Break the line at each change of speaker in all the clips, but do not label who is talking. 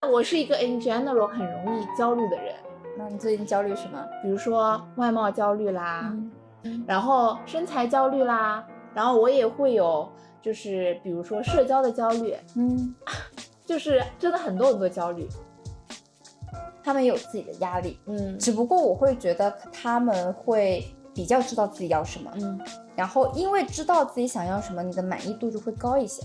我是一个 in general 很容易焦虑的人，
那你最近焦虑什么？
比如说外貌焦虑啦，然后身材焦虑啦，然后我也会有就是比如说社交的焦虑，就是真的很多很多焦虑。
他们也有自己的压力，只不过我会觉得他们会比较知道自己要什么，然后因为知道自己想要什么，你的满意度就会高一些。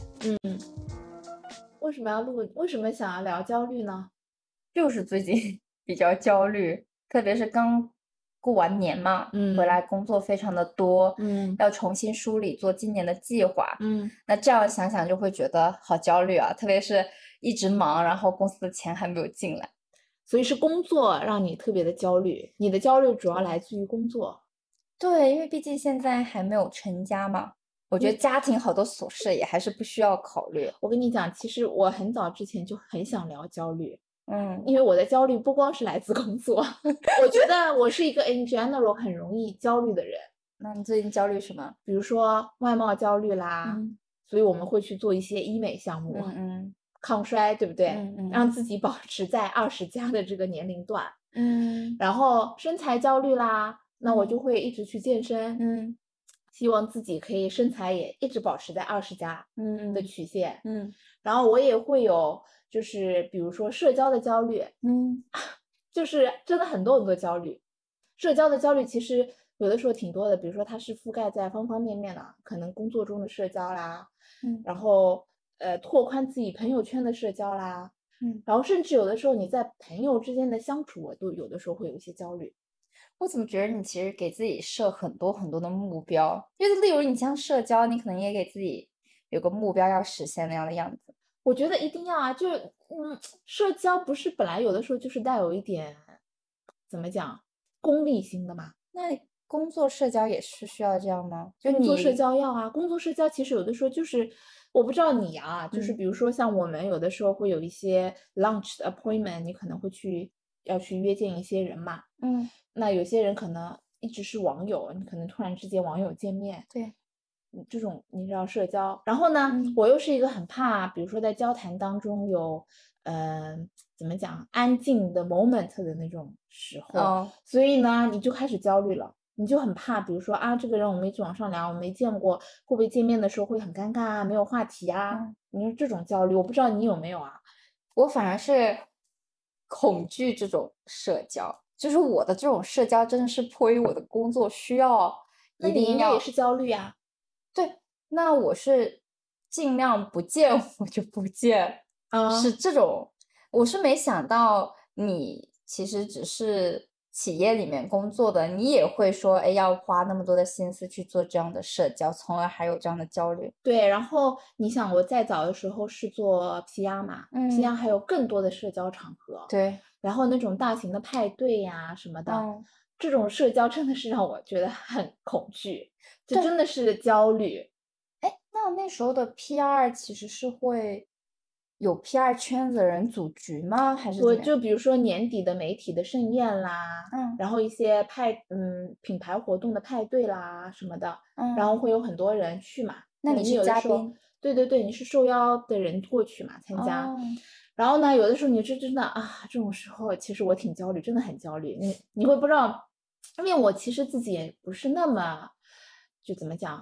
为什么想要聊焦虑呢？
就是最近比较焦虑，特别是刚过完年嘛，回来工作非常的多，要重新梳理做今年的计划，那这样想想就会觉得好焦虑啊，特别是一直忙，然后公司的钱还没有进来。
所以是工作让你特别的焦虑，你的焦虑主要来自于工作。
对，因为毕竟现在还没有成家嘛，我觉得家庭好多琐事也还是不需要考虑。
我跟你讲，其实我很早之前就很想聊焦虑，因为我的焦虑不光是来自工作，我觉得我是一个 in general 很容易焦虑的人。
那你最近焦虑什么？
比如说外貌焦虑啦，所以我们会去做一些医美项目，抗衰，对不对？让自己保持在20+的这个年龄段。然后身材焦虑啦，那我就会一直去健身，希望自己可以身材也一直保持在20+的曲线。然后我也会有就是比如说社交的焦虑，就是真的很多很多焦虑。社交的焦虑其实有的时候挺多的，比如说它是覆盖在方方面面的，可能工作中的社交啦，然后拓宽自己朋友圈的社交啦，然后甚至有的时候你在朋友之间的相处，我都有的时候会有一些焦虑。
我怎么觉得你其实给自己设很多很多的目标？因为例如你像社交，你可能也给自己有个目标要实现那样的样子。
我觉得一定要啊，就是社交不是本来有的时候就是带有一点怎么讲功利心的嘛？
那工作社交也是需要这样吗？就
工作社交要啊，工作社交其实有的时候就是，我不知道你啊，就是比如说像我们有的时候会有一些 lunch appointment，你可能会要去约见一些人嘛，那有些人可能一直是网友，你可能突然之间网友见面，
对，
这种你知道社交。然后呢，我又是一个很怕，比如说在交谈当中有怎么讲安静的 moment 的那种时候，所以呢，你就开始焦虑了。你就很怕，比如说啊，这个人我们一直往上聊，我没见过，会不会见面的时候会很尴尬啊，没有话题啊？你说这种焦虑，我不知道你有没有啊？
我反而是恐惧这种社交，就是我的这种社交真的是迫于我的工作需要，
那你应该也是焦虑啊？
对，那我是尽量不见我就不见，是这种。我是没想到你其实只是企业里面工作的，你也会说，哎，要花那么多的心思去做这样的社交，从而还有这样的焦虑。
对，然后你想我再早的时候是做 PR 嘛，PR 还有更多的社交场合，
对，
然后那种大型的派对呀什么的，这种社交真的是让我觉得很恐惧，就真的是焦虑。
哎，那时候的 PR 其实是会有 PR 圈子的人组局吗？还是怎么样？
就比如说年底的媒体的盛宴啦，然后一些品牌活动的派对啦什么的，然后会有很多人去嘛。
那你是嘉宾？
对对对，你是受邀的人过去嘛参加。然后呢，有的时候你是真的啊，这种时候其实我挺焦虑，真的很焦虑。你会不知道，因为我其实自己也不是那么就怎么讲，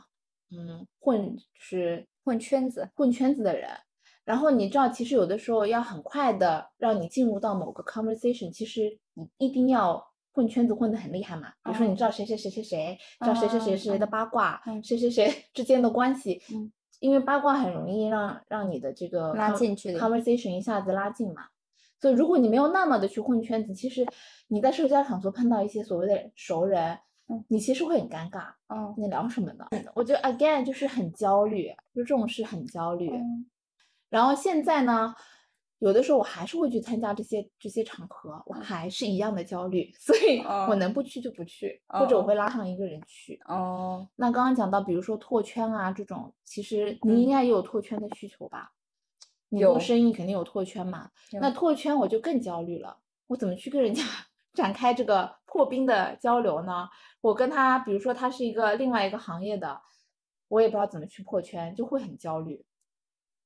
混圈子的人。然后你知道，其实有的时候要很快的让你进入到某个 conversation，其实你一定要混圈子混得很厉害嘛。比如说你知道谁谁谁谁谁，知道谁谁谁谁的八卦，谁谁谁之间的关系，因为八卦很容易让你的这个
拉近距离
conversation 一下子拉近嘛。所以如果你没有那么的去混圈子，其实你在社交场所碰到一些所谓的熟人，你其实会很尴尬。你聊什么呢？我觉得 again 就是很焦虑，就这种事很焦虑。然后现在呢，有的时候我还是会去参加这些场合，我还是一样的焦虑，所以我能不去就不去，或者我会拉上一个人去。那刚刚讲到，比如说拓圈啊这种，其实你应该也有拓圈的需求吧？你做生意肯定有拓圈嘛。那拓圈我就更焦虑了，我怎么去跟人家展开这个破冰的交流呢？我跟他，比如说他是另外一个行业的，我也不知道怎么去破圈，就会很焦虑。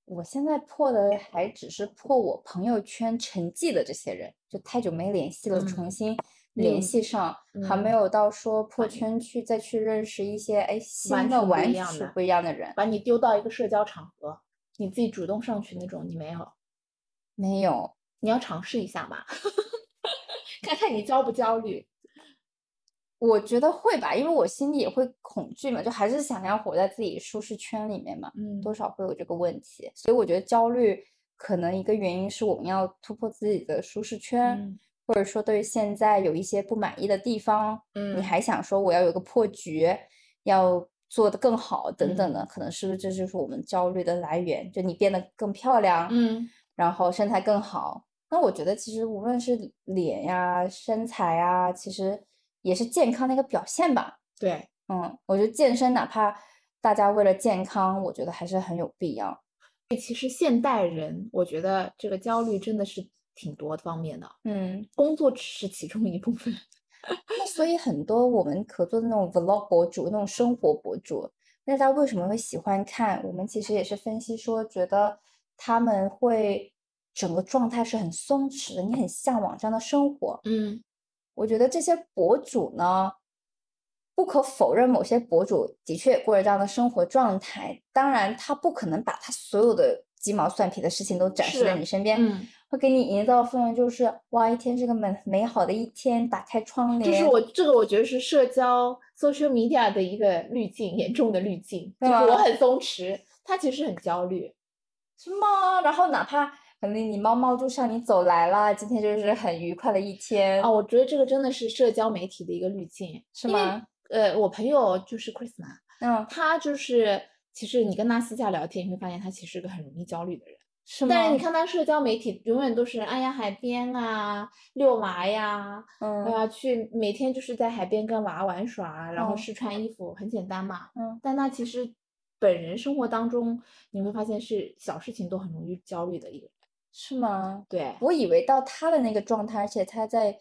我现在破的还只是破我朋友圈沉寂的这些人，就太久没联系了，重新联系上，还没有到说破圈去再去认识一些新的完全不一样的人，
把你丢到一个社交场合，你自己主动上去那种，你没有？
没有，
你要尝试一下嘛，看看你焦不焦虑。
我觉得会吧，因为我心里也会恐惧嘛，就还是想要活在自己舒适圈里面嘛，多少会有这个问题。所以我觉得焦虑可能一个原因是我们要突破自己的舒适圈，或者说对于现在有一些不满意的地方，你还想说我要有个破局，要做得更好等等的，可能是不是这就是我们焦虑的来源？就你变得更漂亮，然后身材更好。那我觉得其实无论是脸呀、身材呀，其实也是健康的一个表现吧。
对，
我觉得健身哪怕大家为了健康，我觉得还是很有必要。
其实现代人，我觉得这个焦虑真的是挺多方面的。工作只是其中一部分。
那所以很多我们合作的那种 vlog 博主、那种生活博主，大家为什么会喜欢看？我们其实也是分析说，觉得他们会整个状态是很松弛的，你很向往这样的生活。我觉得这些博主呢，不可否认，某些博主的确过着这样的生活状态。当然，他不可能把他所有的鸡毛蒜皮的事情都展示在你身边，会给你营造氛围，就是哇，一天是个美好的一天，打开窗帘。
这个我觉得是社交 social media 的一个滤镜，严重的滤镜。就是我很松弛，他其实很焦虑，
是吗？然后哪怕可能你猫猫就向你走来了，今天就是很愉快的一天。
我觉得这个真的是社交媒体的一个滤镜，
是吗？
我朋友就是 Chrisma，他就是其实你跟他私下聊天，你会发现他其实是个很容易焦虑的人。
是吗？
但是你看他社交媒体永远都是哎呀海边啊遛娃呀，去每天就是在海边跟娃玩耍，然后试穿衣服，很简单嘛。但他其实本人生活当中，你会发现是小事情都很容易焦虑的一个人。
是吗？
对，
我以为到他的那个状态，而且他在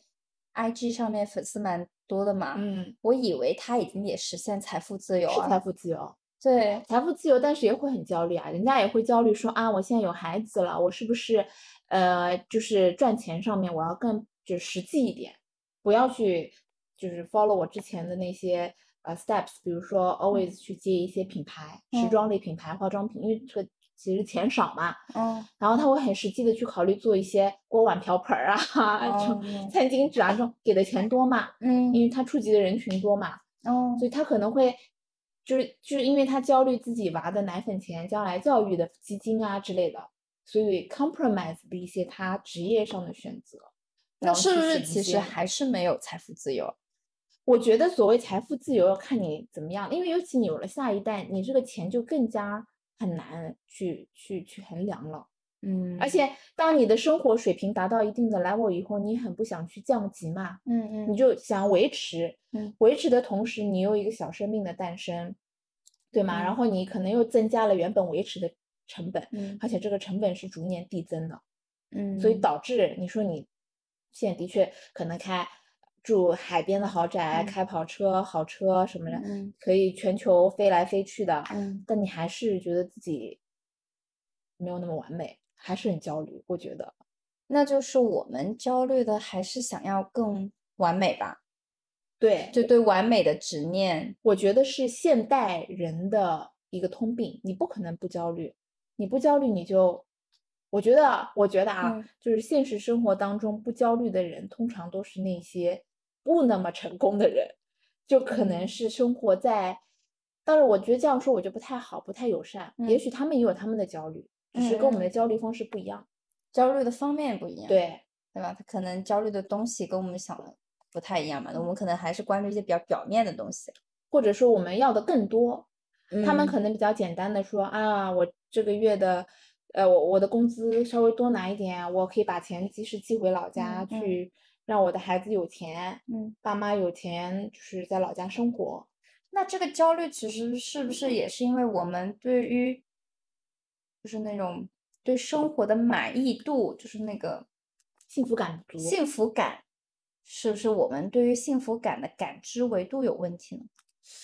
IG 上面粉丝蛮多的嘛，我以为他已经也实现财富自由
是财富自由。
对，
财富自由，但是也会很焦虑啊。人家也会焦虑说啊，我现在有孩子了，我是不是就是赚钱上面我要更就是实际一点，不要去就是 follow 我之前的那些steps，比如说 always 去接一些品牌，时装类品牌、化妆品，因为这个其实钱少嘛。然后他会很实际的去考虑做一些锅碗瓢盆啊，餐巾纸啊这种，给的钱多嘛。因为他触及的人群多嘛。所以他可能会。就是因为他焦虑自己娃的奶粉钱、将来教育的基金啊之类的，所以 compromise 了一些他职业上的选择。
那是不是其实还是没有财富自由？
我觉得所谓财富自由要看你怎么样，因为尤其你有了下一代，你这个钱就更加很难去衡量了。而且当你的生活水平达到一定的 level 以后，你很不想去降级嘛。你就想维持。维持的同时，你有一个小生命的诞生。对吗？然后你可能又增加了原本维持的成本，而且这个成本是逐年递增的。所以导致你说你现在的确可能住海边的豪宅，开跑车、好车什么的，可以全球飞来飞去的。但你还是觉得自己没有那么完美，还是很焦虑。我觉得，
那就是我们焦虑的还是想要更完美吧。
对，
就对完美的执念，
我觉得是现代人的一个通病。你不可能不焦虑，你不焦虑你就，我觉得啊，就是现实生活当中不焦虑的人，通常都是那些不那么成功的人，就可能是生活在，当然我觉得这样说我就不太好，不太友善。也许他们也有他们的焦虑，只是跟我们的焦虑方式不一样，
焦虑的方面不一样，
对
吧？他可能焦虑的东西跟我们想的不太一样嘛，我们可能还是关注一些比较表面的东西，
或者说我们要的更多。他们可能比较简单的说啊，我这个月的，我的工资稍微多拿一点，我可以把钱及时寄回老家去，让我的孩子有钱，爸妈有钱，就是在老家生活。
那这个焦虑其实是不是也是因为我们对于，就是那种对生活的满意度，就是那个
幸福感不足，
幸福感，是不是我们对于幸福感的感知维度有问题呢？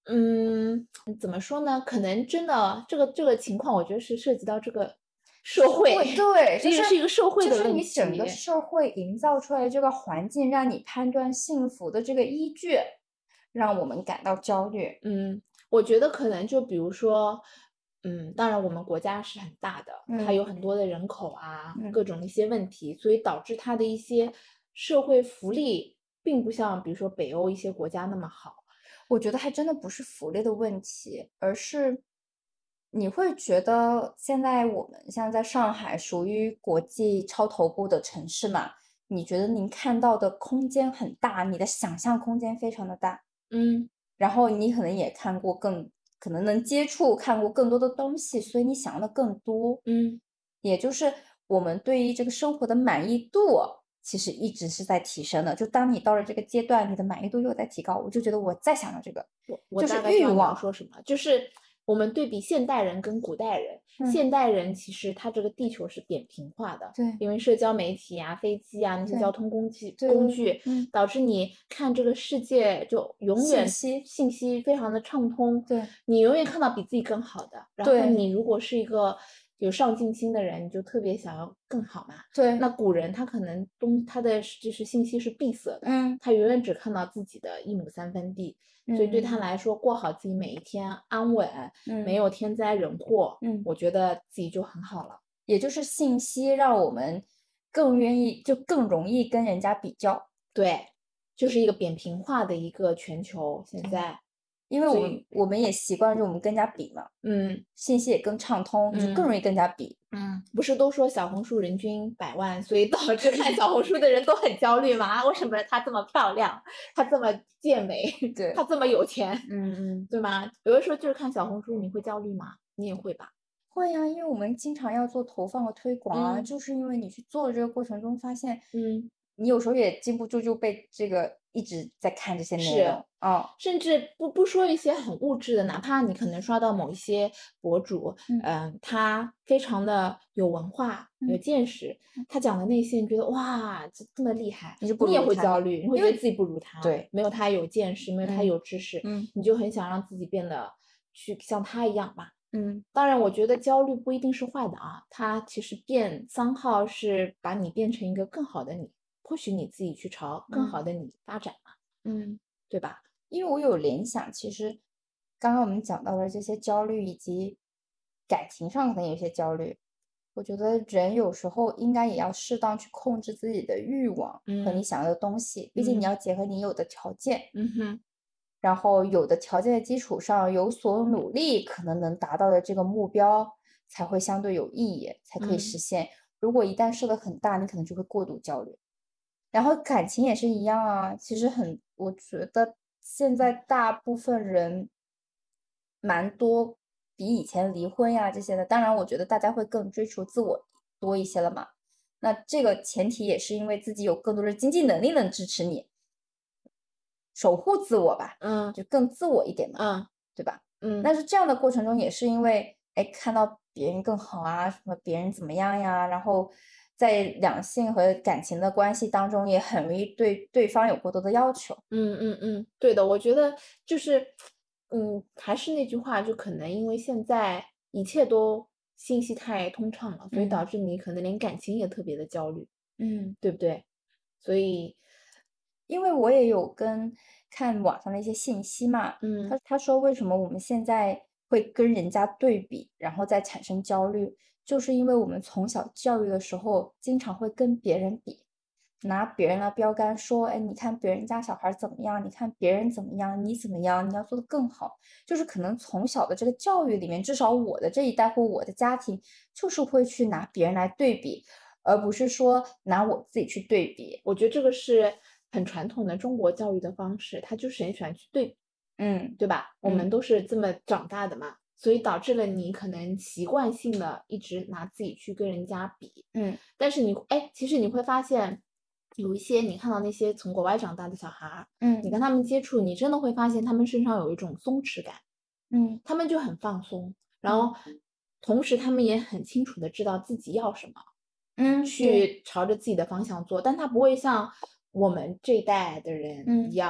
怎么说呢？可能真的这个情况，我觉得是涉及到这个社会，
对，
这个是一个社会的问题。
就是你整个社会营造出来的这个环境，让你判断幸福的这个依据，让我们感到焦虑。
我觉得可能就比如说，当然我们国家是很大的，它有很多的人口啊，各种一些问题，所以导致它的一些社会福利并不像比如说北欧一些国家那么好。
我觉得还真的不是福利的问题，而是你会觉得现在我们像在上海属于国际超头部的城市嘛，你觉得您看到的空间很大，你的想象空间非常的大，然后你可能也看过可能能接触看过更多的东西，所以你想的更多，也就是我们对于这个生活的满意度其实一直是在提升的。就当你到了这个阶段，你的满意度又在提高，我就觉得我再想要这个，就是欲望。
说什么？就是我们对比现代人跟古代人，现代人其实他这个地球是扁平化的，
对，
因为社交媒体啊、飞机啊那些交通工具，导致你看这个世界就永远信息非常的畅通，
对，
你永远看到比自己更好的。然后你如果是一个有上进心的人，你就特别想要更好嘛。
对，
那古人他可能他的就是信息是闭塞的，他永远只看到自己的一亩三分地，所以对他来说，过好自己每一天安稳，没有天灾人祸，我觉得自己就很好了。
也就是信息让我们更愿意，就更容易跟人家比较。
对，就是一个扁平化的一个全球现在。
因为我们也习惯着我们跟人家比嘛，信息也更畅通，就更容易跟人家比。
不是都说小红书人均100万，所以导致看小红书的人都很焦虑吗？为什么她这么漂亮，她这么健美，
对，
她这么有钱，对吗？有的时候就是看小红书，你会焦虑吗？你也会吧？
会呀，因为我们经常要做投放和推广啊，就是因为你去做这个过程中发现，你有时候也禁不住就被这个一直在看这些内容，
甚至不说一些很物质的，哪怕你可能刷到某一些博主，他非常的有文化、有见识，他讲的那些，你觉得哇，这么厉害，你也会焦虑，你会觉得自己不如他，
对，
没有他有见识，没有他有知识，你就很想让自己变得去像他一样嘛。当然，我觉得焦虑不一定是坏的啊，它其实somehow是把你变成一个更好的你，或许你自己去朝更好的你发展嘛，对吧？
因为我有联想，其实刚刚我们讲到的这些焦虑以及感情上可能有些焦虑，我觉得人有时候应该也要适当去控制自己的欲望和你想要的东西，毕竟你要结合你有的条件，然后有的条件的基础上有所努力，可能能达到的这个目标才会相对有意义，才可以实现。如果一旦设得很大，你可能就会过度焦虑。然后感情也是一样啊，其实我觉得现在大部分人蛮多比以前离婚呀这些的，当然我觉得大家会更追求自我多一些了嘛。那这个前提也是因为自己有更多的经济能力能支持你。守护自我吧，就更自我一点嘛，对吧？但是这样的过程中也是因为，看到别人更好啊，什么别人怎么样呀，然后在两性和感情的关系当中，也很容易对对方有过多的要求。
对的，我觉得就是，还是那句话，就可能因为现在一切都信息太通畅了，所以导致你可能连感情也特别的焦虑，对不对？所以。
因为我也有看网上的一些信息嘛，他说为什么我们现在会跟人家对比，然后再产生焦虑，就是因为我们从小教育的时候，经常会跟别人比，拿别人的标杆说，你看别人家小孩怎么样，你看别人怎么样，你怎么样，你要做得更好，就是可能从小的这个教育里面，至少我的这一代或我的家庭，就是会去拿别人来对比，而不是说拿我自己去对比。
我觉得这个是很传统的中国教育的方式，他就是很喜欢去对比，对吧？我们都是这么长大的嘛，所以导致了你可能习惯性的一直拿自己去跟人家比，但是其实你会发现，有一些你看到那些从国外长大的小孩，你跟他们接触，你真的会发现他们身上有一种松弛感，他们就很放松，然后同时他们也很清楚的知道自己要什么。去朝着自己的方向做，但他不会像我们这一代的人一样，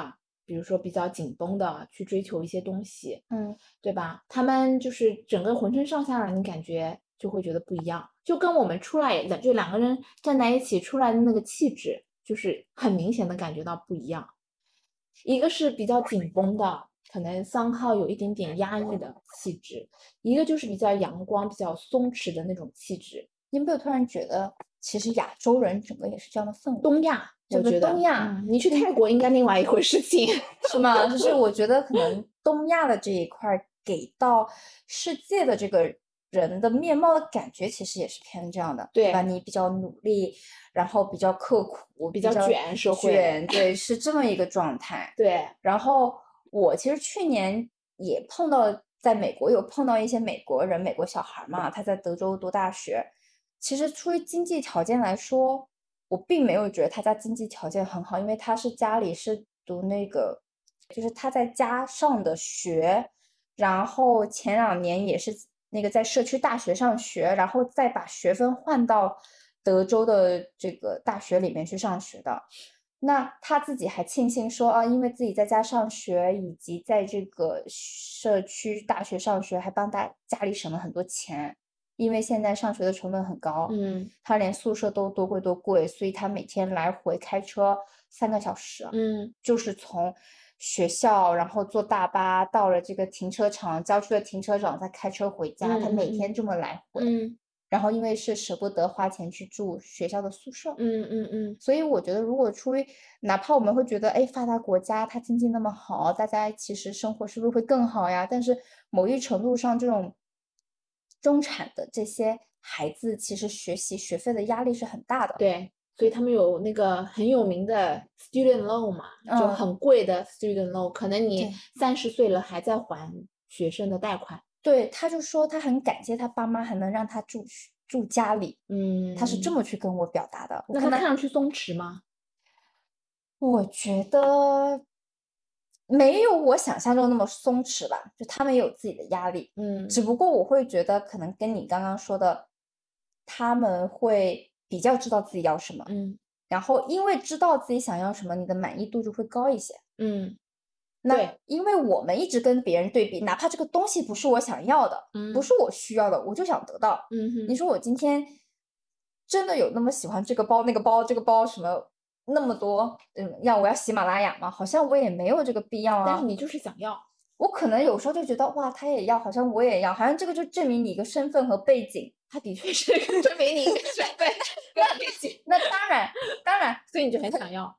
比如说比较紧绷的去追求一些东西，对吧？他们就是整个浑身上下让你感觉就会觉得不一样，就跟我们出来就两个人站在一起出来的那个气质，就是很明显的感觉到不一样。一个是比较紧绷的，可能somehow有一点点压抑的气质，一个就是比较阳光、比较松弛的那种气质。
你有没有突然觉得，其实亚洲人整个也是这样的氛围？
东亚，
整个东亚，
你去泰国应该另外一回事情，
是吗？就是我觉得可能东亚的这一块给到世界的这个人的面貌的感觉，其实也是偏这样的，对吧？你比较努力，然后比较刻苦，
比较卷，社会
卷，对，是这么一个状态。
对，
然后我其实去年也碰到，在美国有碰到一些美国人，美国小孩嘛，他在德州读大学。其实出于经济条件来说，我并没有觉得他家经济条件很好，因为他是家里是读那个，就是他在家上的学，然后前2年也是那个在社区大学上学，然后再把学分换到德州的这个大学里面去上学的。那他自己还庆幸说啊，因为自己在家上学，以及在这个社区大学上学，还帮家里省了很多钱。因为现在上学的成本很高，他连宿舍都多贵多贵，所以他每天来回开车3个小时，就是从学校，然后坐大巴到了这个停车场，郊区的停车场，再开车回家，他每天这么来回，然后因为是舍不得花钱去住学校的宿舍，所以我觉得如果出于哪怕我们会觉得，哎，发达国家它经济那么好，大家其实生活是不是会更好呀？但是某一程度上，这种中产的这些孩子其实学习学费的压力是很大的，
对，所以他们有那个很有名的 student loan 嘛，就很贵的 student loan，可能你30岁了还在还学生的贷款。
对，他就说他很感谢他爸妈还能让他住家里，他是这么去跟我表达的。
那他看上去松弛吗？
我觉得没有我想象中那么松弛吧，就他们也有自己的压力，只不过我会觉得可能跟你刚刚说的，他们会比较知道自己要什么，然后因为知道自己想要什么，你的满意度就会高一些，那因为我们一直跟别人对比，哪怕这个东西不是我想要的，不是我需要的，我就想得到，你说我今天真的有那么喜欢这个包那个包这个包什么？那么多，我要喜马拉雅吗？好像我也没有这个必要啊。
但是你就是想要，
我可能有时候就觉得，哇，他也要，好像我也要，好像这个就证明你一个身份和背景。
他的确是证明你一个身份和背景。
那当然，
所以你就很想要。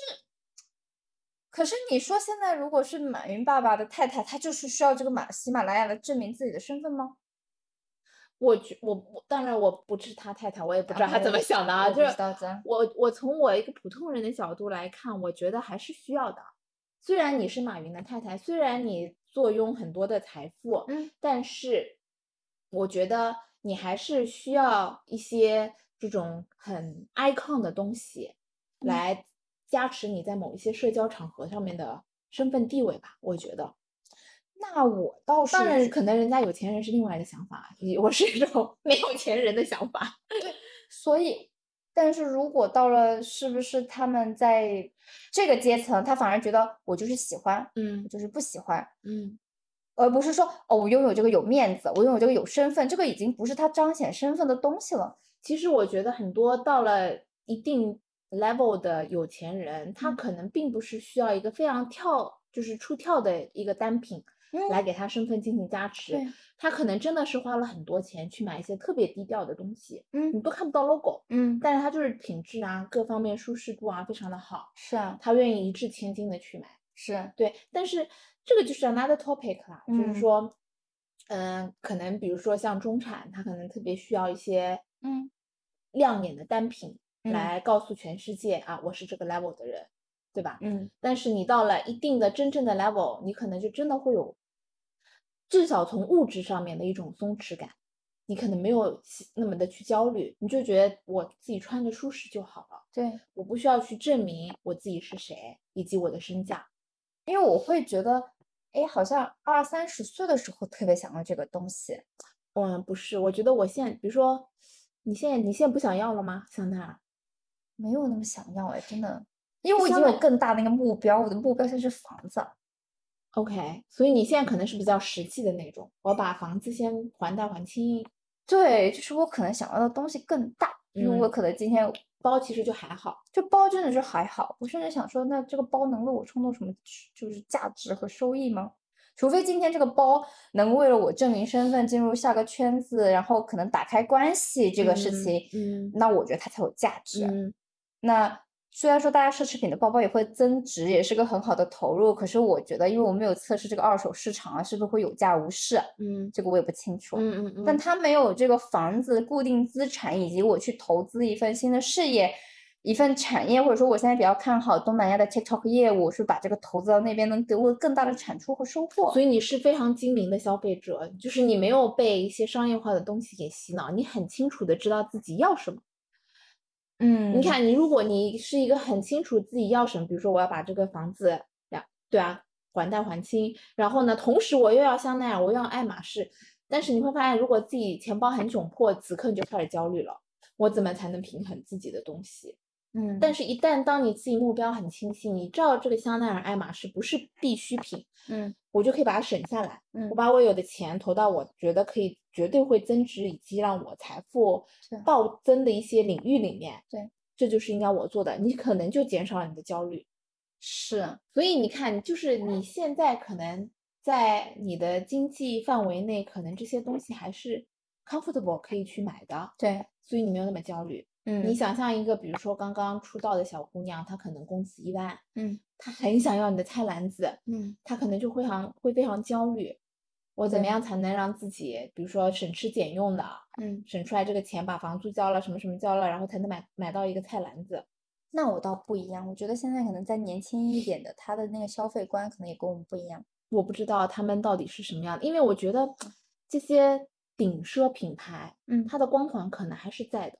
可是你说现在如果是马云爸爸的太太，他就是需要这个喜马拉雅来证明自己的身份吗？
我当然我不是他太太，我也不知道他怎么想的啊。就是我从我一个普通人的角度来看，我觉得还是需要的。虽然你是马云的太太，虽然你坐拥很多的财富，但是我觉得你还是需要一些这种很 icon 的东西来加持你在某一些社交场合上面的身份地位吧，我觉得。
那我倒是，
当然可能人家有钱人是另外的想法，我是一种没有钱人的想法。
对，所以，但是如果到了是不是他们在这个阶层，他反而觉得我就是喜欢，我就是不喜欢，而不是说哦，我拥有这个有面子，我拥有这个有身份，这个已经不是他彰显身份的东西了。
其实我觉得很多到了一定 level 的有钱人，他可能并不是需要一个非常就是出跳的一个单品。来给他身份进行加持，他可能真的是花了很多钱去买一些特别低调的东西，你都看不到 logo，但是他就是品质啊，各方面舒适度啊非常的好，
是啊，
他愿意一掷千金的去买，
是
对，但是这个就是 another topic 啦，就是说，可能比如说像中产，他可能特别需要一些亮眼的单品来告诉全世界啊，我是这个 level 的人，对吧？但是你到了一定的真正的 level，你可能就真的会有。至少从物质上面的一种松弛感，你可能没有那么的去焦虑，你就觉得我自己穿着舒适就好了。
对，
我不需要去证明我自己是谁以及我的身价，
因为我会觉得，哎，好像20-30岁的时候特别想要这个东西。
不是，我觉得我现在，比如说，你现在不想要了吗？香奈儿？
没有那么想要哎，真的。 因为我已经有更大的那个目标，我的目标现在是房子。
OK，所以你现在可能是比较实际的那种，我把房子先还贷还清。
对，就是我可能想要的东西更大，就是我可能今天
包其实就还好，
就包真的是还好。我甚至想说，那这个包能为我创造什么就是价值和收益吗？除非今天这个包能为了我证明身份，进入下个圈子，然后可能打开关系这个事情，那我觉得它才有价值。那虽然说大家奢侈品的包包也会增值，也是个很好的投入，可是我觉得，因为我没有测试这个二手市场啊，是不是会有价无市？这个我也不清楚。但它没有这个房子固定资产，以及我去投资一份新的事业。一份产业，或者说我现在比较看好东南亚的 TikTok 业务，是把这个投资到那边能给我更大的产出和收获。
所以你是非常精明的消费者，就是你没有被一些商业化的东西给洗脑，你很清楚的知道自己要什么。你看，如果你是一个很清楚自己要什么，比如说我要把这个房子对啊还贷还清，然后呢，同时我又要香奈儿，我又要爱马仕，但是你会发现，如果自己钱包很窘迫，此刻你就开始焦虑了，我怎么才能平衡自己的东西？但是一旦当你自己目标很清晰，你知道这个香奈儿、爱马仕不是必需品，我就可以把它省下来，我把我有的钱投到我觉得可以绝对会增值以及让我财富暴增的一些领域里面，这就是应该我做的，你可能就减少了你的焦虑。
是，
所以你看，就是你现在可能在你的经济范围内，可能这些东西还是 comfortable 可以去买的，
对，
所以你没有那么焦虑。你想象一个，比如说刚刚出道的小姑娘，她可能工资1万，她很想要你的菜篮子，她可能就会非常焦虑。我怎么样才能让自己，比如说省吃俭用的，省出来这个钱，把房租交了，什么什么交了，然后才能买到一个菜篮子。
那我倒不一样，我觉得现在可能再年轻一点的，他的那个消费观可能也跟我们不一样。
我不知道他们到底是什么样的，因为我觉得这些顶奢品牌，它的光环可能还是在的。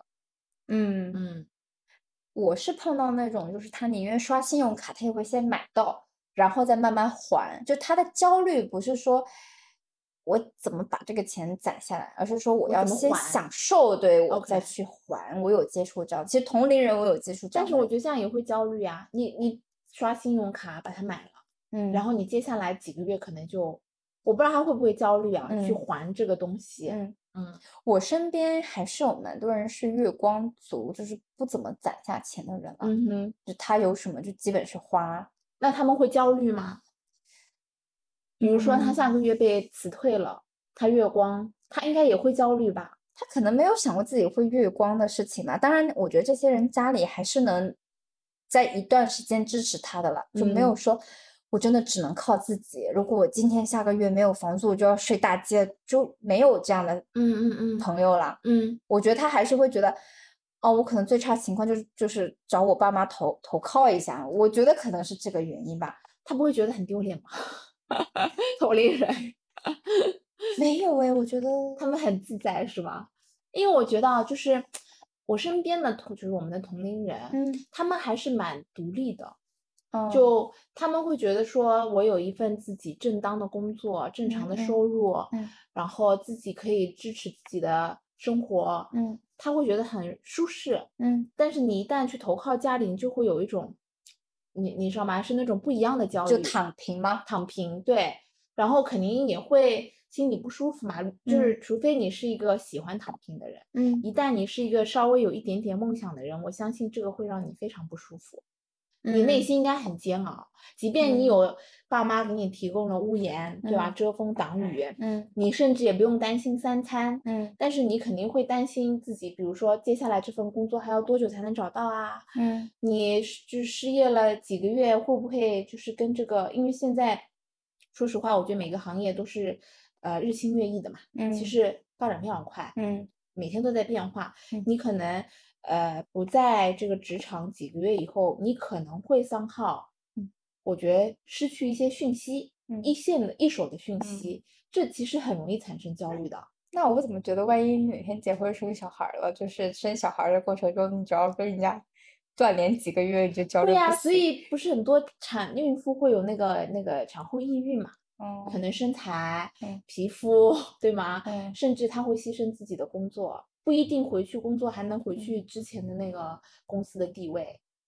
我是碰到那种，就是他宁愿刷信用卡，他也会先买到，然后再慢慢还。就他的焦虑不是说我怎么把这个钱攒下来，而是说我要先享受，对，我再去还。我有接触这样，其实同龄人我有接触这样，
但是我觉得这样也会焦虑啊。你刷信用卡把它买了，然后你接下来几个月可能就，我不知道他会不会焦虑啊，去还这个东西。
我身边还是有蛮多人是月光族，就是不怎么攒下钱的人了。就他有什么就基本是花。
那他们会焦虑吗？比如说他下个月被辞退了，他月光，他应该也会焦虑吧？
他可能没有想过自己会月光的事情吧。当然，我觉得这些人家里还是能在一段时间支持他的了，就没有说我真的只能靠自己。如果我今天下个月没有房租，我就要睡大街，就没有这样的朋友了。我觉得他还是会觉得，哦，我可能最差情况就是找我爸妈投靠一下。我觉得可能是这个原因吧。
他不会觉得很丢脸吗？同龄人
没有哎，我觉得
他们很自在，是吧？因为我觉得就是我身边的就是我们的同龄人，他们还是蛮独立的。就他们会觉得说，我有一份自己正当的工作，正常的收入，然后自己可以支持自己的生活，他会觉得很舒适，但是你一旦去投靠家里，你就会有一种，你知道吗？是那种不一样的焦虑，
就躺平吗？
躺平，对，然后肯定也会心里不舒服嘛，就是除非你是一个喜欢躺平的人，一旦你是一个稍微有一点点梦想的人，我相信这个会让你非常不舒服。你内心应该很煎熬，即便你有爸妈给你提供了屋檐，对吧？遮风挡雨，你甚至也不用担心3餐，但是你肯定会担心自己，比如说接下来这份工作还要多久才能找到啊？你就失业了几个月，会不会就是跟这个？因为现在，说实话，我觉得每个行业都是日新月异的嘛，其实发展非常快，每天都在变化，你可能。不在这个职场几个月以后，你可能会丧号，我觉得失去一些讯息，一手的讯息，这其实很容易产生焦虑的。
那我怎么觉得，万一哪天结婚生小孩了，就是生小孩的过程中，你只要跟人家断联几个月，你就焦虑不行。
对呀，所以不是很多孕妇会有那个产后抑郁嘛？可能身材、皮肤，对吗？甚至她会牺牲自己的工作。不一定回去工作还能回去之前的那个公司的地位。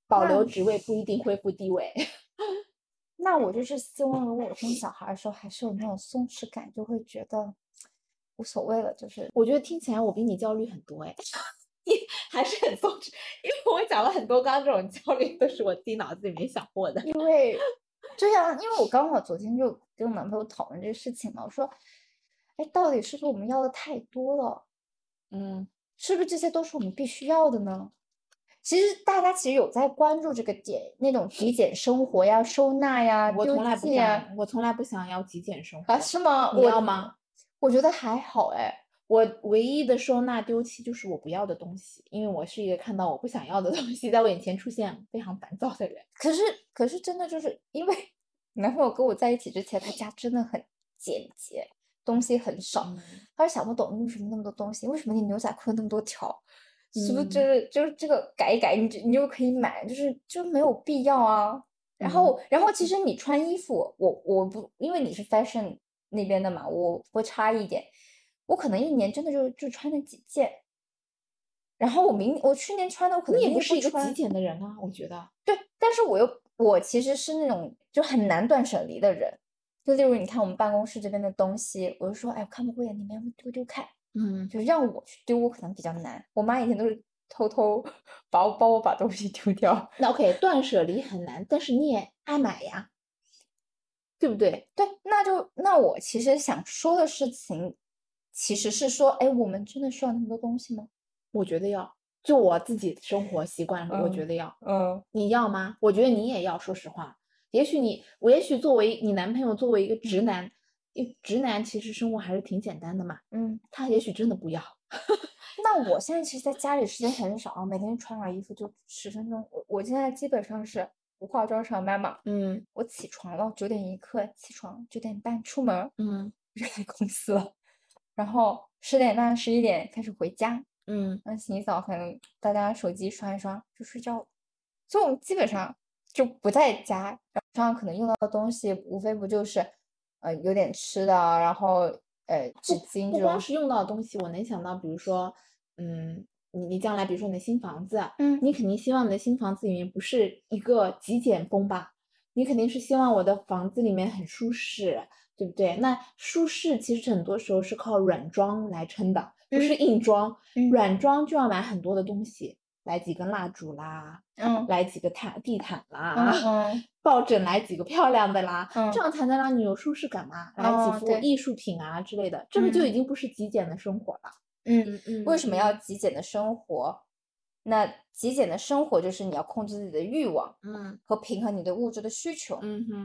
保留职位不一定恢复地位。
那我就是希望，如果我生小孩的时候，还是有那种松弛感，就会觉得无所谓了。就是
我觉得听起来我比你焦虑很多哎，你还是很松弛，因为我讲了很多，刚刚这种焦虑都是我自己脑子里面想过的。
因为这样，因为我刚好昨天就跟我男朋友讨论这个事情嘛，我说，哎，到底是不是我们要的太多了？是不是这些都是我们必须要的呢？其实大家其实有在关注这个点，那种极简生活呀、收纳呀、丢弃呀。
我从来不想要极简生活
啊？是吗？
你要吗？
我觉得还好哎。
我唯一的收纳丢弃就是我不要的东西，因为我是一个看到我不想要的东西在我眼前出现非常烦躁的人。
可是真的就是因为男朋友跟我在一起之前，他家真的很简洁，东西很少。他就想不懂为什么那么多东西，为什么你牛仔裤那么多条？是不是就是这个改一改，你就可以买，就没有必要啊。然后其实你穿衣服，我不因为你是 fashion 那边的嘛，我会差一点。我可能一年真的就穿那几件，然后我去年穿的，我可能
你也不是一个极简的人啊，我觉得。
对，但是我其实是那种就很难断舍离的人。就例如你看我们办公室这边的东西，我就说，哎，我看不过眼，你们要不丢丢看。就让我去丢，我可能比较难。我妈以前都是偷偷帮我把东西丢掉。
那 OK， 断舍离很难，但是你也爱买呀，对不对？
对，那我其实想说的事情，其实是说，哎，我们真的需要那么多东西吗？
我觉得要，就我自己生活习惯，我觉得要。你要吗？我觉得你也要。说实话，也许作为你男朋友，作为一个直男，直男其实生活还是挺简单的嘛。他也许真的不要。
那我现在其实在家里时间很少，每天穿完衣服就10分钟。我现在基本上是不化妆上班嘛。我起床了9点1刻起床，9点半出门，就来公司了。然后10点半11点开始回家，洗洗澡，可能大家手机刷一刷就睡觉了。所以我们基本上就不在家，上可能用到的东西无非不就是有点吃的，然后纸巾。
不光是用到的东西，我能想到，比如说，你将来比如说你的新房子，你肯定希望你的新房子里面不是一个极简风吧？你肯定是希望我的房子里面很舒适，对不对？那舒适其实很多时候是靠软装来撑的，不是硬装。软装就要买很多的东西，来几根蜡烛啦，来几个地毯啦，抱枕来几个漂亮的啦，这样才能让你有舒适感嘛。来几幅艺术品啊之类的，这个就已经不是极简的生活了。
为什么要极简的生活？那极简的生活就是你要控制自己的欲望，和平衡你对物质的需求。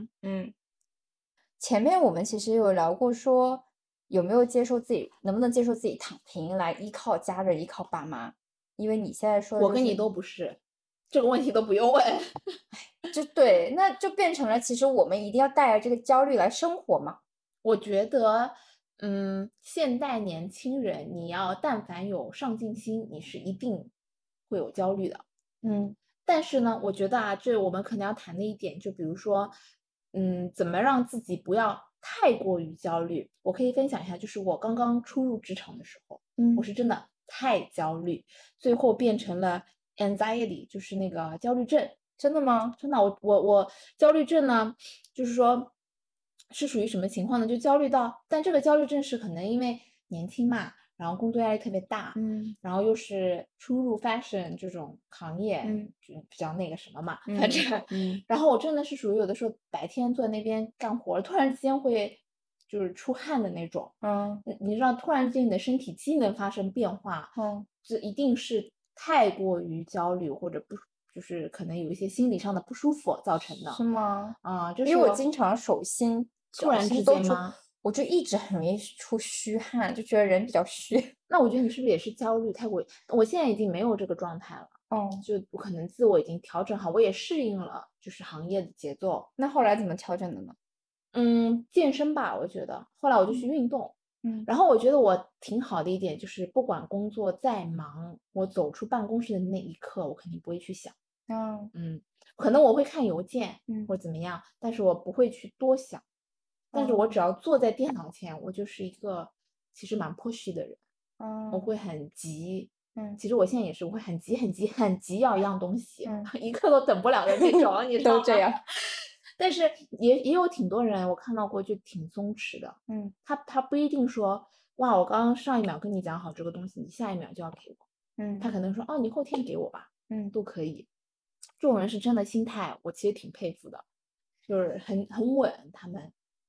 前面我们其实有聊过，说有没有能不能接受自己躺平来依靠家人、依靠爸妈？因为你现在说的，
我跟你都不是，这个问题都不用问。
对，那就变成了，其实我们一定要带着这个焦虑来生活嘛。
我觉得，现代年轻人，你要但凡有上进心，你是一定会有焦虑的。但是呢，我觉得啊，这我们可能要谈的一点，就比如说，怎么让自己不要太过于焦虑。我可以分享一下，就是我刚刚初入职场的时候，我是真的太焦虑，最后变成了 anxiety，就是那个焦虑症。
真的吗？
真的，我焦虑症呢，就是说是属于什么情况呢？就焦虑到，但这个焦虑症是可能因为年轻嘛，然后工作压力特别大，然后又是初入 fashion 这种行业，就比较那个什么嘛，反正，然后我真的是属于有的时候白天坐在那边干活，突然之间会就是出汗的那种，你知道，突然之间你的身体机能发生变化，这一定是太过于焦虑或者不。就是可能有一些心理上的不舒服造成的，
是吗？
就是
因为我经常手心
突然之间吗？
我就一直很容易出虚汗，就觉得人比较虚。
那我觉得你是不是也是焦虑太过？我现在已经没有这个状态了，就我可能自我已经调整好，我也适应了就是行业的节奏。
那后来怎么调整的呢？
健身吧，我觉得后来我就去运动。然后我觉得我挺好的一点就是，不管工作再忙，我走出办公室的那一刻，我肯定不会去想。可能我会看邮件，或者怎么样，但是我不会去多想。但是我只要坐在电脑前，我就是一个其实蛮 pushy 的人。我会很急， 其实我现在也是，我会很急很急很急要一样东西，一刻都等不了的那种，你知道吗？
都这样。
但是也有挺多人我看到过就挺松弛的，他不一定说哇，我刚刚上一秒跟你讲好这个东西，你下一秒就要给我，他可能说哦，你后天给我吧，都可以。这种人是真的心态，我其实挺佩服的，就是很稳，他们。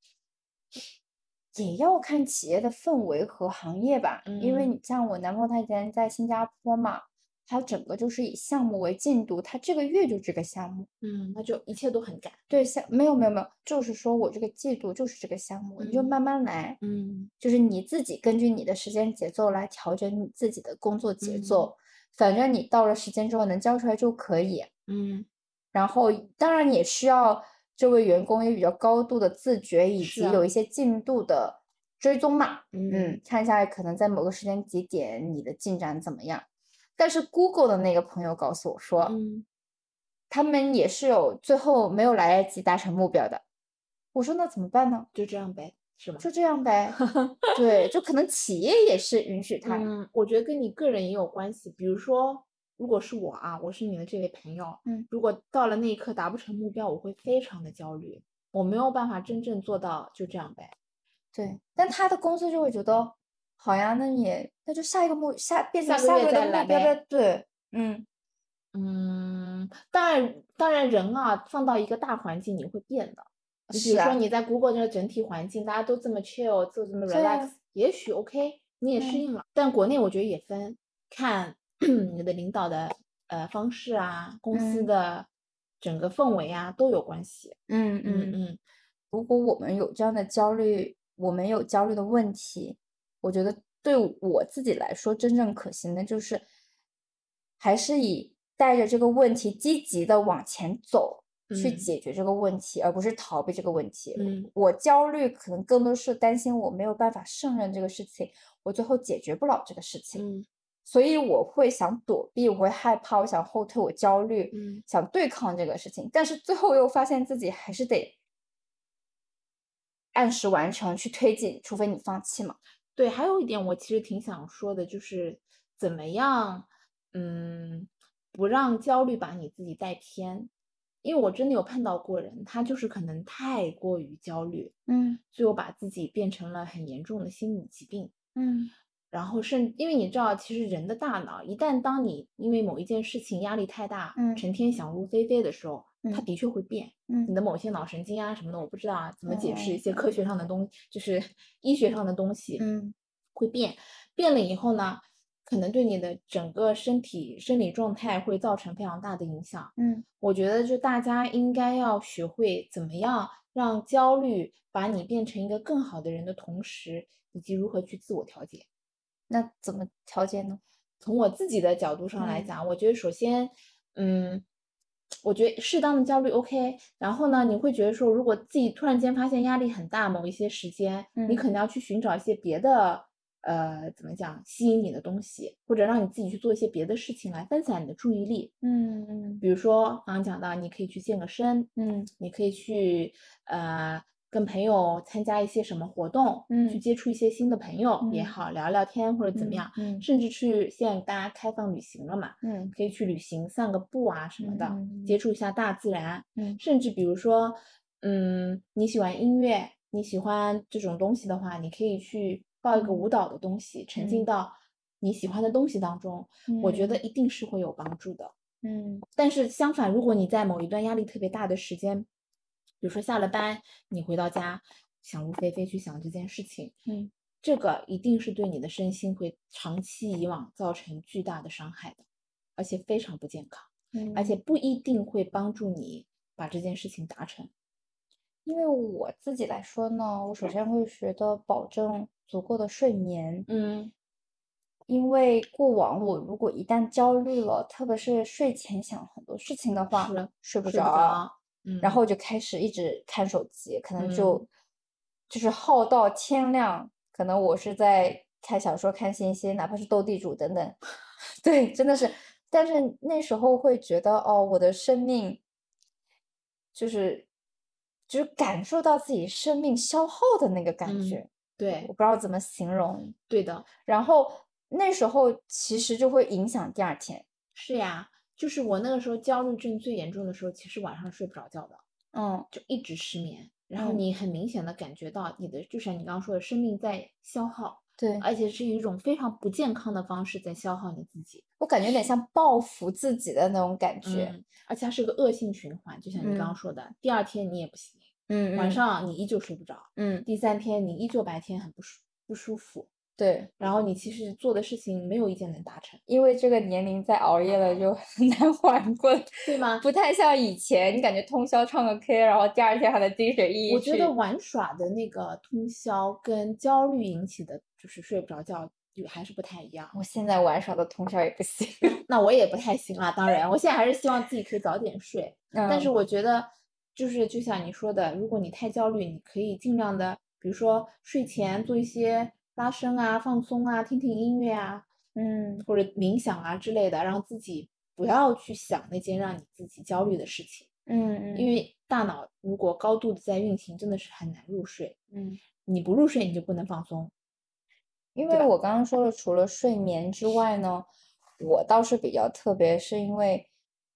也要看企业的氛围和行业吧，因为你像我男朋友他以前在新加坡嘛，他整个就是以项目为进度，他这个月就这个项目，
那就一切都很赶。
对，没有，就是说我这个季度就是这个项目，你就慢慢来，就是你自己根据你的时间节奏来调整你自己的工作节奏，反正你到了时间之后能交出来就可以，然后当然也需要这位员工也比较高度的自觉，以及有一些进度的追踪嘛，看一下可能在某个时间节点你的进展怎么样。但是 Google 的那个朋友告诉我说，他们也是有最后没有来得及达成目标的。我说那怎么办呢？
就这样呗，是吗？
就这样呗。对，就可能企业也是允许他。
我觉得跟你个人也有关系。比如说，如果是我啊，我是你的这位朋友，如果到了那一刻达不成目标，我会非常的焦虑，我没有办法真正做到就这样呗。
对，但他的公司就会觉得，好呀，那就下一个变成
下个月
的
再来呗。
对，
当然人啊，放到一个大环境你会变的。你比如说你在 Google 这个整体环境，大家都这么 chill，就这么 relax，也许 OK，你也适应了。但国内我觉得也分，看你的领导的方式啊，公司的整个氛围啊都有关系。
如果我们有这样的焦虑，我们有焦虑的问题，我觉得对我自己来说，真正可行的就是还是以带着这个问题积极的往前走，去解决这个问题，而不是逃避这个问题。我焦虑可能更多是担心我没有办法胜任这个事情，我最后解决不了这个事情。所以我会想躲避，我会害怕，我想后退，我焦虑，想对抗这个事情，但是最后又发现自己还是得按时完成去推进，除非你放弃嘛。
对，还有一点我其实挺想说的，就是怎么样，不让焦虑把你自己带偏。因为我真的有碰到过人，他就是可能太过于焦虑，最后把自己变成了很严重的心理疾病，然后因为你知道，其实人的大脑一旦当你因为某一件事情压力太大，成天想入非非的时候，它的确会变，你的某些脑神经啊什么的，我不知道啊怎么解释一些科学上的东西，就是医学上的东西，会变了以后呢，可能对你的整个生理状态会造成非常大的影响。我觉得就大家应该要学会怎么样让焦虑把你变成一个更好的人的同时，以及如何去自我调节。
那怎么调节呢？
从我自己的角度上来讲，我觉得首先，我觉得适当的焦虑 OK，然后呢，你会觉得说，如果自己突然间发现压力很大，某一些时间，你可能要去寻找一些别的，怎么讲，吸引你的东西，或者让你自己去做一些别的事情来分散你的注意力。比如说刚刚讲到，你可以去健个身，你可以去跟朋友参加一些什么活动，去接触一些新的朋友也好，聊聊天或者怎么样，甚至去现在大家开放旅行了嘛，可以去旅行散个步啊什么的，接触一下大自然，甚至比如说，你喜欢音乐，你喜欢这种东西的话，你可以去报一个舞蹈的东西，沉浸到你喜欢的东西当中，我觉得一定是会有帮助的。但是相反，如果你在某一段压力特别大的时间，比如说下了班，你回到家想入非非去想这件事情，这个一定是对你的身心会长期以往造成巨大的伤害的，而且非常不健康，而且不一定会帮助你把这件事情达成。
因为我自己来说呢，我首先会觉得保证足够的睡眠，因为过往我如果一旦焦虑了，特别是睡前想很多事情的话，睡不着，然后就开始一直看手机，可能就是耗到天亮。可能我是在看小说、看信息，哪怕是斗地主等等，对，真的是。但是那时候会觉得，哦，我的生命就是感受到自己生命消耗的那个感觉。
对，
我不知道怎么形容。
对的。
然后那时候其实就会影响第二天。
是呀，就是我那个时候焦虑症最严重的时候，其实晚上睡不着觉的，就一直失眠，然后你很明显的感觉到你的，就像你刚刚说的，生命在消耗，
对，
而且是一种非常不健康的方式在消耗你自己。
我感觉有点像报复自己的那种感觉，
而且它是个恶性循环，就像你刚刚说的，第二天你也不行，晚上你依旧睡不着，第三天你依旧白天很不舒服。
对，
然后你其实做的事情没有一件能达成，
因为这个年龄再熬夜了就很难缓过来，
对吗？
不太像以前，你感觉通宵唱个 K， 然后第二天还能精神奕奕。
我觉得玩耍的那个通宵跟焦虑引起的就是睡不着觉还是不太一样。
我现在玩耍的通宵也不行，
那我也不太行了。当然，我现在还是希望自己可以早点睡。但是我觉得就像你说的，如果你太焦虑，你可以尽量的，比如说睡前做一些拉伸啊、放松啊、听听音乐啊，或者冥想啊之类的，让自己不要去想那件让你自己焦虑的事情。因为大脑如果高度的在运行，真的是很难入睡。你不入睡，你就不能放松。
因为我刚刚说的，除了睡眠之外呢，我倒是比较特别，是因为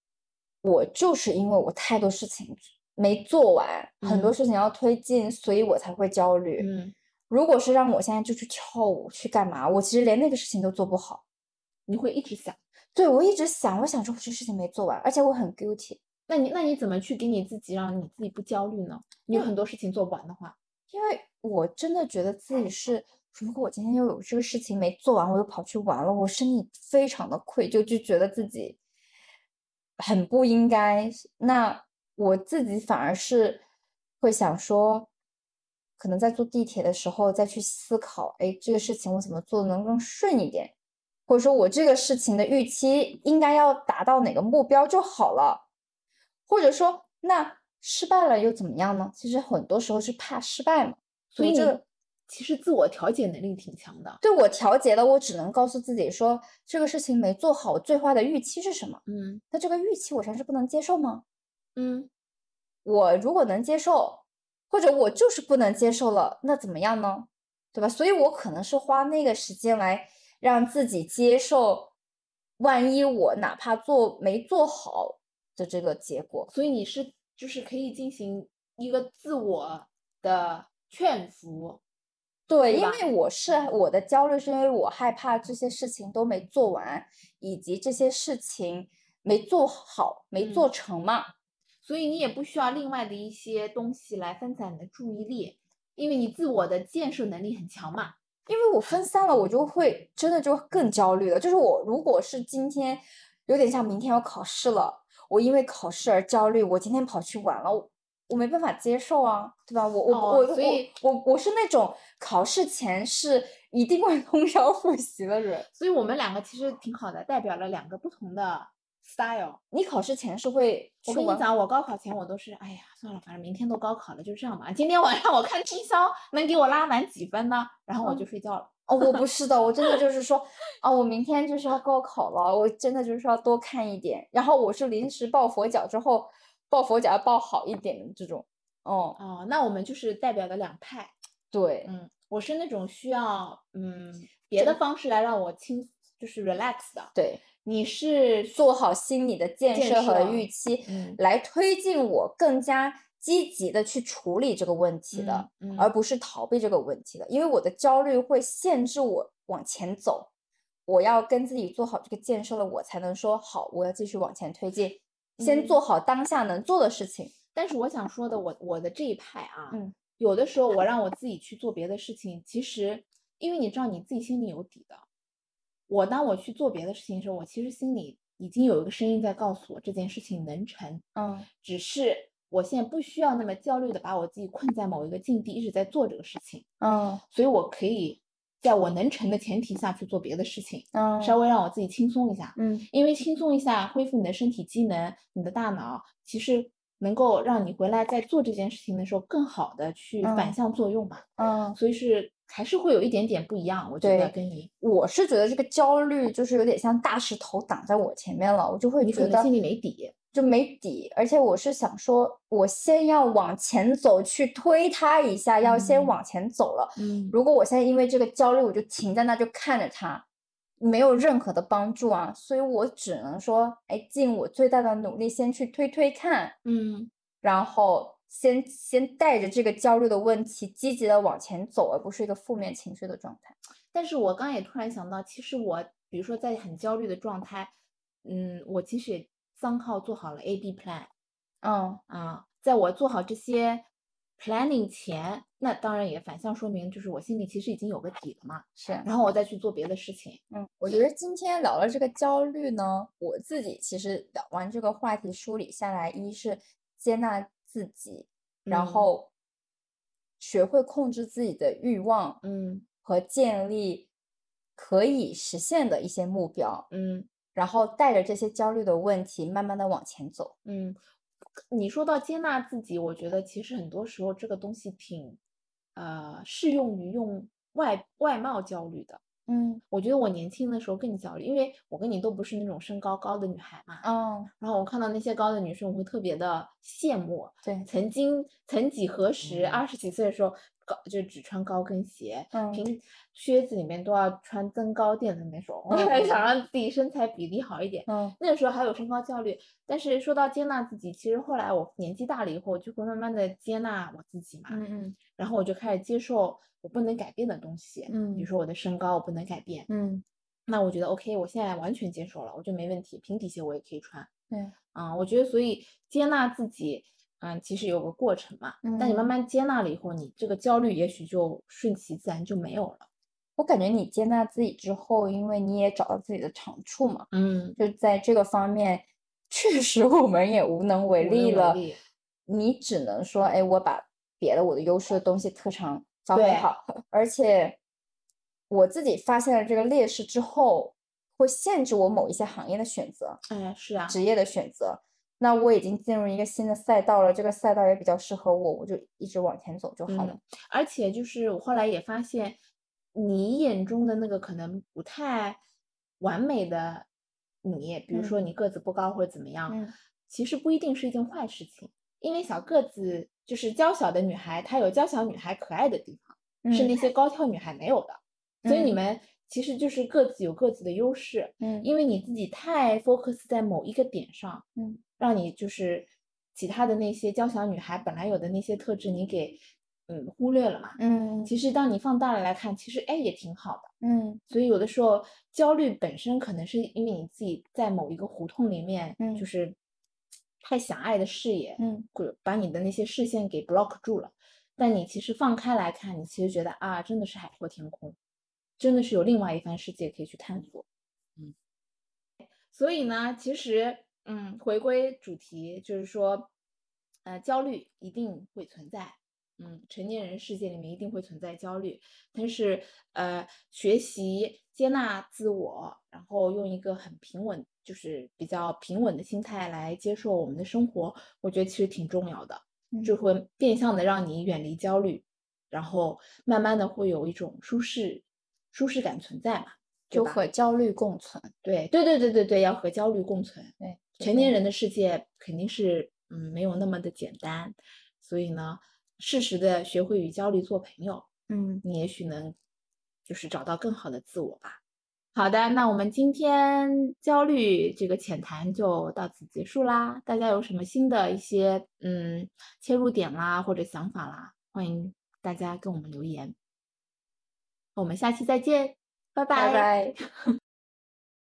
我太多事情没做完，很多事情要推进，所以我才会焦虑。如果是让我现在就去跳舞去干嘛，我其实连那个事情都做不好。
你会一直想，
对，我一直想，我想说我这事情没做完，而且我很 guilty。
那你怎么去给你自己让你自己不焦虑呢？你有很多事情做不完的话，
因为我真的觉得自己是，如果我今天又有这个事情没做完，我又跑去玩了，我心里非常的愧疚，就觉得自己很不应该。那我自己反而是会想说，可能在坐地铁的时候再去思考，哎，这个事情我怎么做能更顺一点，或者说我这个事情的预期应该要达到哪个目标就好了，或者说那失败了又怎么样呢？其实很多时候是怕失败嘛，
所以你其实自我调节能力挺强的。
对，我调节了，我只能告诉自己说这个事情没做好，最坏的预期是什么？那这个预期我暂时不能接受吗？我如果能接受，或者我就是不能接受了，那怎么样呢？对吧？所以我可能是花那个时间来让自己接受，万一我哪怕没做好的这个结果。
所以你就是可以进行一个自我的劝服。
对，因为我的焦虑是因为我害怕这些事情都没做完，以及这些事情没做好、没做成嘛。
所以你也不需要另外的一些东西来分散你的注意力，因为你自我的建设能力很强嘛。
因为我分散了，我就会真的就更焦虑了。就是我如果是今天有点像明天要考试了，我因为考试而焦虑，我今天跑去玩了，我没办法接受啊，对吧？我是那种考试前是一定会通宵复习的人，
所以我们两个其实挺好的，代表了两个不同的 style。
你考试前是会，
我跟你讲，我高考前我都是，哎呀，算了，反正明天都高考了，就这样吧。今天晚上我看听宵能给我拉满几分呢？然后我就睡觉了。
我不是的，我真的就是说，我明天就是要高考了，我真的就是要多看一点。然后我是临时抱佛脚之后，抱佛脚要抱好一点的这种。
那我们就是代表的两派。
对，
我是那种需要别的方式来让我就是 relax 的。
对，
你是
做好心理的建设和预期，来推进我更加积极的去处理这个问题的，而不是逃避这个问题的。因为我的焦虑会限制我往前走，我要跟自己做好这个建设了，我才能说好，我要继续往前推进，先做好当下能做的事情。
但是我想说的，我的这一派啊，有的时候我让我自己去做别的事情，其实因为你知道你自己心里有底的。当我去做别的事情的时候，我其实心里已经有一个声音在告诉我这件事情能成。只是我现在不需要那么焦虑的把我自己困在某一个境地，一直在做这个事情。所以我可以在我能成的前提下去做别的事情。稍微让我自己轻松一下。因为轻松一下，恢复你的身体机能，你的大脑其实能够让你回来在做这件事情的时候更好的去反向作用嘛。所以还是会有一点点不一样，我觉得跟你。
我是觉得这个焦虑就是有点像大石头挡在我前面了，我就会觉得
心里没底，
就没底。而且我是想说，我先要往前走，去推它一下，要先往前走了。如果我现在因为这个焦虑，我就停在那就看着它， 没有任何的帮助啊，所以我只能说，哎，尽我最大的努力先去推推看，然后先带着这个焦虑的问题积极的往前走，而不是一个负面情绪的状态。
但是我刚也突然想到，其实我比如说在很焦虑的状态，我其实也somehow做好了 A/B plan。在我做好这些 planning 前，那当然也反向说明，就是我心里其实已经有个底了嘛。
是，
然后我再去做别的事情。
我觉得今天聊了这个焦虑呢，我自己其实聊完这个话题梳理下来，一是接纳自己，然后学会控制自己的欲望，和建立可以实现的一些目标，然后带着这些焦虑的问题，慢慢的往前走。
你说到接纳自己，我觉得其实很多时候这个东西挺，适用于用外貌焦虑的。我觉得我年轻的时候更焦虑，因为我跟你都不是那种身高高的女孩嘛。然后我看到那些高的女生，我会特别的羡慕。
对，
曾几何时，20几岁的时候，就只穿高跟鞋，靴子里面都要穿增高垫的那种，想让自己身材比例好一点。那个时候还有身高焦虑，但是说到接纳自己，其实后来我年纪大了以后，就会慢慢的接纳我自己嘛。然后我就开始接受我不能改变的东西。比如说我的身高我不能改变。那我觉得 OK， 我现在完全接受了，我觉得没问题，平底鞋我也可以穿。我觉得所以接纳自己，其实有个过程嘛。但你慢慢接纳了以后，你这个焦虑也许就顺其自然就没有了。
我感觉你接纳自己之后，因为你也找到自己的长处嘛，就在这个方面，确实我们也无能为力了。你只能说，哎，我把别的我的优势的东西特长发挥好，而且我自己发现了这个劣势之后，会限制我某一些行业的选择，
是啊，
职业的选择。那我已经进入一个新的赛道了，这个赛道也比较适合我，我就一直往前走就好了。
而且就是我后来也发现，你眼中的那个可能不太完美的你，比如说你个子不高或者怎么样，其实不一定是一件坏事情。因为小个子就是娇小的女孩，她有娇小女孩可爱的地方，是那些高挑女孩没有的。所以你们其实就是各自有各自的优势。因为你自己太 focus 在某一个点上，让你就是其他的那些娇小女孩本来有的那些特质，你给忽略了嘛。其实当你放大了来看，其实也挺好的。所以有的时候焦虑本身可能是因为你自己在某一个胡同里面，就是太狭隘的视野，把你的那些视线给 block 住了。但你其实放开来看，你其实觉得真的是海阔天空，真的是有另外一番世界可以去探索。所以呢，其实回归主题，就是说，焦虑一定会存在。成年人世界里面一定会存在焦虑，但是学习接纳自我，然后用一个很平稳，就是比较平稳的心态来接受我们的生活，我觉得其实挺重要的。就会变相的让你远离焦虑，然后慢慢的会有一种舒适感存在嘛，
就和焦虑共存。
对，要和焦虑共存。对，成年人的世界肯定是没有那么的简单，所以呢，适时的学会与焦虑做朋友，你也许能就是找到更好的自我吧。好的，那我们今天焦虑这个浅谈就到此结束啦。大家有什么新的一些切入点啦或者想法啦，欢迎大家跟我们留言。我们下期再见，拜拜。